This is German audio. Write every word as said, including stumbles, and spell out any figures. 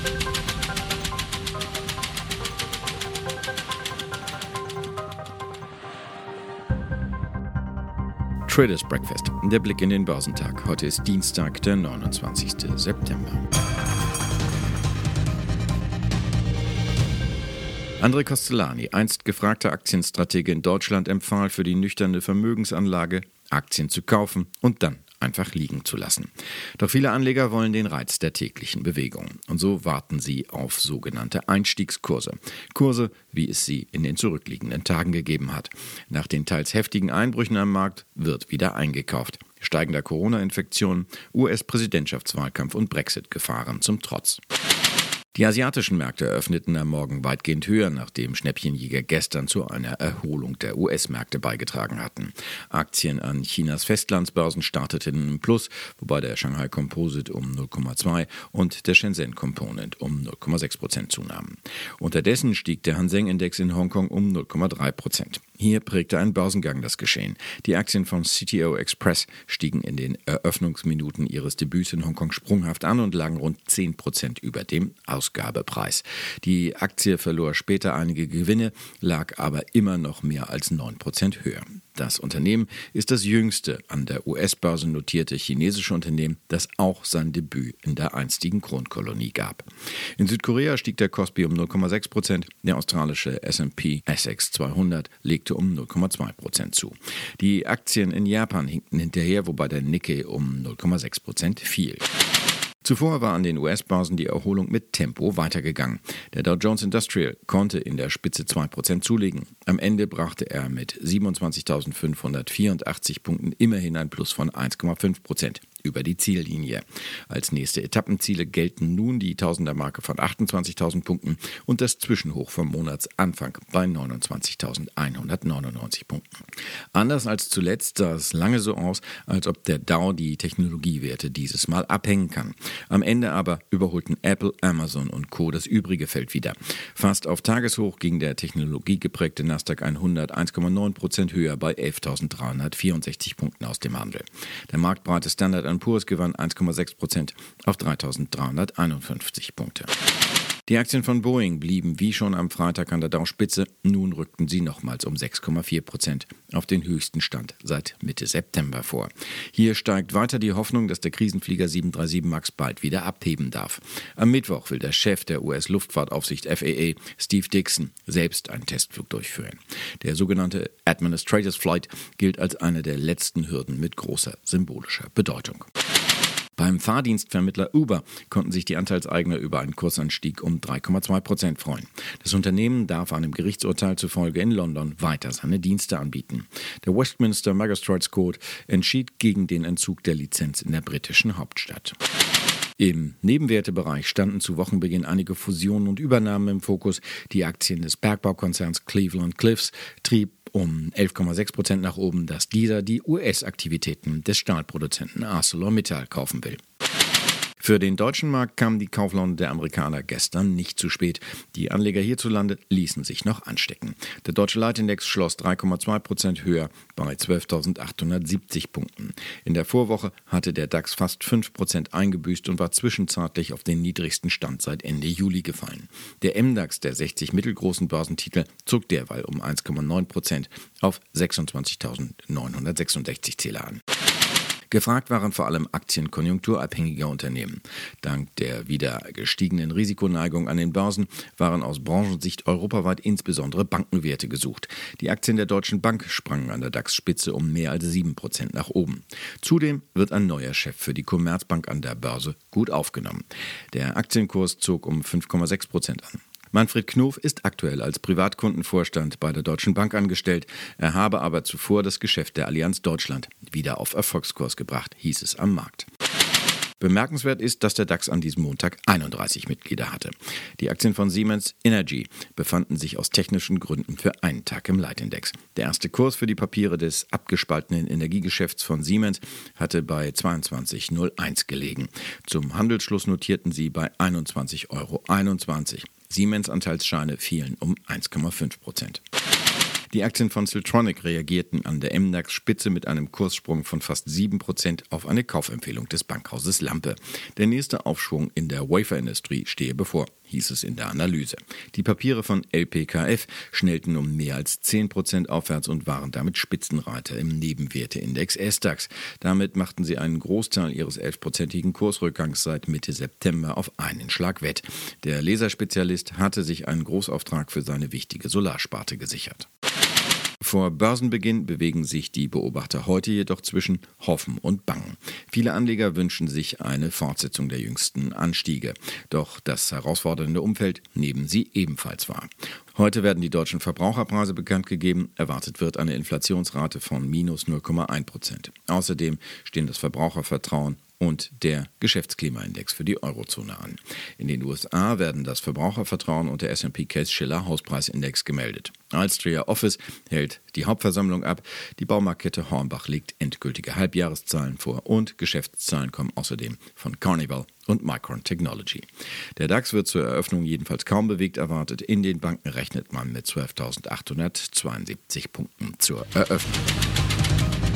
Traders Breakfast, der Blick in den Börsentag. Heute ist Dienstag, der neunundzwanzigster September. André Kostolany, einst gefragter Aktienstratege in Deutschland, empfahl für die nüchterne Vermögensanlage, Aktien zu kaufen und dann einfach liegen zu lassen. Doch viele Anleger wollen den Reiz der täglichen Bewegung. Und so warten sie auf sogenannte Einstiegskurse. Kurse, wie es sie in den zurückliegenden Tagen gegeben hat. Nach den teils heftigen Einbrüchen am Markt wird wieder eingekauft. Steigender Corona-Infektionen, U S-Präsidentschaftswahlkampf und Brexit-Gefahren zum Trotz. Die asiatischen Märkte eröffneten am Morgen weitgehend höher, nachdem Schnäppchenjäger gestern zu einer Erholung der U S-Märkte beigetragen hatten. Aktien an Chinas Festlandsbörsen starteten im Plus, wobei der Shanghai Composite um null Komma zwei und der Shenzhen Component um null Komma sechs Prozent zunahmen. Unterdessen stieg der Hang Seng Index in Hongkong um null Komma drei Prozent. Hier prägte ein Börsengang das Geschehen. Die Aktien von C T O Express stiegen in den Eröffnungsminuten ihres Debüts in Hongkong sprunghaft an und lagen rund zehn Prozent über dem Ausgabepreis. Die Aktie verlor später einige Gewinne, lag aber immer noch mehr als neun Prozent höher. Das Unternehmen ist das jüngste an der U S-Börse notierte chinesische Unternehmen, das auch sein Debüt in der einstigen Kronkolonie gab. In Südkorea stieg der Kospi um null Komma sechs Prozent, der australische S and P A S X zweihundert legte um null Komma zwei Prozent zu. Die Aktien in Japan hinkten hinterher, wobei der Nikkei um null Komma sechs Prozent fiel. Zuvor war an den U S-Börsen die Erholung mit Tempo weitergegangen. Der Dow Jones Industrial konnte in der Spitze zwei Prozent zulegen. Am Ende brachte er mit siebenundzwanzigtausendfünfhundertvierundachtzig Punkten immerhin ein Plus von eins Komma fünf Prozent über die Ziellinie. Als nächste Etappenziele gelten nun die Tausendermarke von achtundzwanzigtausend Punkten und das Zwischenhoch vom Monatsanfang bei neunundzwanzigtausendeinhundertneunundneunzig Punkten. Anders als zuletzt sah es lange so aus, als ob der Dow die Technologiewerte dieses Mal abhängen kann. Am Ende aber überholten Apple, Amazon und Co. das übrige Feld wieder. Fast auf Tageshoch ging der technologiegeprägte Nasdaq hundert eins Komma neun Prozent höher bei elftausenddreihundertvierundsechzig Punkten aus dem Handel. Der marktbreite Standard and Poor's gewann eins Komma sechs Prozent auf dreitausenddreihunderteinundfünfzig Punkte. Die Aktien von Boeing blieben wie schon am Freitag an der Dow-Spitze. Nun rückten sie nochmals um sechs Komma vier Prozent auf den höchsten Stand seit Mitte September vor. Hier steigt weiter die Hoffnung, dass der Krisenflieger sieben drei sieben MAX bald wieder abheben darf. Am Mittwoch will der Chef der U S-Luftfahrtaufsicht F A A, Steve Dickson, selbst einen Testflug durchführen. Der sogenannte Administrator's Flight gilt als eine der letzten Hürden mit großer symbolischer Bedeutung. Beim Fahrdienstvermittler Uber konnten sich die Anteilseigner über einen Kursanstieg um drei Komma zwei Prozent freuen. Das Unternehmen darf einem Gerichtsurteil zufolge in London weiter seine Dienste anbieten. Der Westminster Magistrates Court entschied gegen den Entzug der Lizenz in der britischen Hauptstadt. Im Nebenwertebereich standen zu Wochenbeginn einige Fusionen und Übernahmen im Fokus. Die Aktien des Bergbaukonzerns Cleveland-Cliffs trieb um elf Komma sechs Prozent nach oben, dass dieser die U S-Aktivitäten des Stahlproduzenten ArcelorMittal kaufen will. Für den deutschen Markt kam die Kauflaune der Amerikaner gestern nicht zu spät. Die Anleger hierzulande ließen sich noch anstecken. Der deutsche Leitindex schloss drei Komma zwei Prozent höher bei zwölftausendachthundertsiebzig Punkten. In der Vorwoche hatte der DAX fast fünf Prozent eingebüßt und war zwischenzeitlich auf den niedrigsten Stand seit Ende Juli gefallen. Der M DAX der sechzig mittelgroßen Börsentitel zog derweil um eins Komma neun Prozent auf sechsundzwanzigtausendneunhundertsechsundsechzig Zähler an. Gefragt waren vor allem Aktien konjunkturabhängiger Unternehmen. Dank der wieder gestiegenen Risikoneigung an den Börsen waren aus Branchensicht europaweit insbesondere Bankenwerte gesucht. Die Aktien der Deutschen Bank sprangen an der DAX-Spitze um mehr als sieben Prozent nach oben. Zudem wird ein neuer Chef für die Commerzbank an der Börse gut aufgenommen. Der Aktienkurs zog um fünf Komma sechs Prozent an. Manfred Knof ist aktuell als Privatkundenvorstand bei der Deutschen Bank angestellt. Er habe aber zuvor das Geschäft der Allianz Deutschland wieder auf Erfolgskurs gebracht, hieß es am Markt. Bemerkenswert ist, dass der DAX an diesem Montag einunddreißig Mitglieder hatte. Die Aktien von Siemens Energy befanden sich aus technischen Gründen für einen Tag im Leitindex. Der erste Kurs für die Papiere des abgespaltenen Energiegeschäfts von Siemens hatte bei zweiundzwanzig Komma null eins gelegen. Zum Handelsschluss notierten sie bei einundzwanzig Komma einundzwanzig Euro. Siemens-Anteilsscheine fielen um eins Komma fünf Prozent. Die Aktien von Siltronic reagierten an der M DAX-Spitze mit einem Kurssprung von fast sieben Prozent auf eine Kaufempfehlung des Bankhauses Lampe. Der nächste Aufschwung in der Waferindustrie stehe bevor, hieß es in der Analyse. Die Papiere von L P K F schnellten um mehr als zehn Prozent aufwärts und waren damit Spitzenreiter im Nebenwerteindex S DAX. Damit machten sie einen Großteil ihres elfprozentigen Kursrückgangs seit Mitte September auf einen Schlag wett. Der Laserspezialist hatte sich einen Großauftrag für seine wichtige Solarsparte gesichert. Vor Börsenbeginn bewegen sich die Beobachter heute jedoch zwischen Hoffen und Bangen. Viele Anleger wünschen sich eine Fortsetzung der jüngsten Anstiege. Doch das herausfordernde Umfeld nehmen sie ebenfalls wahr. Heute werden die deutschen Verbraucherpreise bekannt gegeben. Erwartet wird eine Inflationsrate von minus null Komma eins Prozent. Außerdem stehen das Verbrauchervertrauen und der Geschäftsklimaindex für die Eurozone an. In den U S A werden das Verbrauchervertrauen und der S und P Case-Shiller Hauspreisindex gemeldet. Alstria Office hält die Hauptversammlung ab. Die Baumarktkette Hornbach legt endgültige Halbjahreszahlen vor und Geschäftszahlen kommen außerdem von Carnival und Micron Technology. Der DAX wird zur Eröffnung jedenfalls kaum bewegt erwartet. In den Banken rechnet man mit zwölftausendachthundertzweiundsiebzig Punkten zur Eröffnung.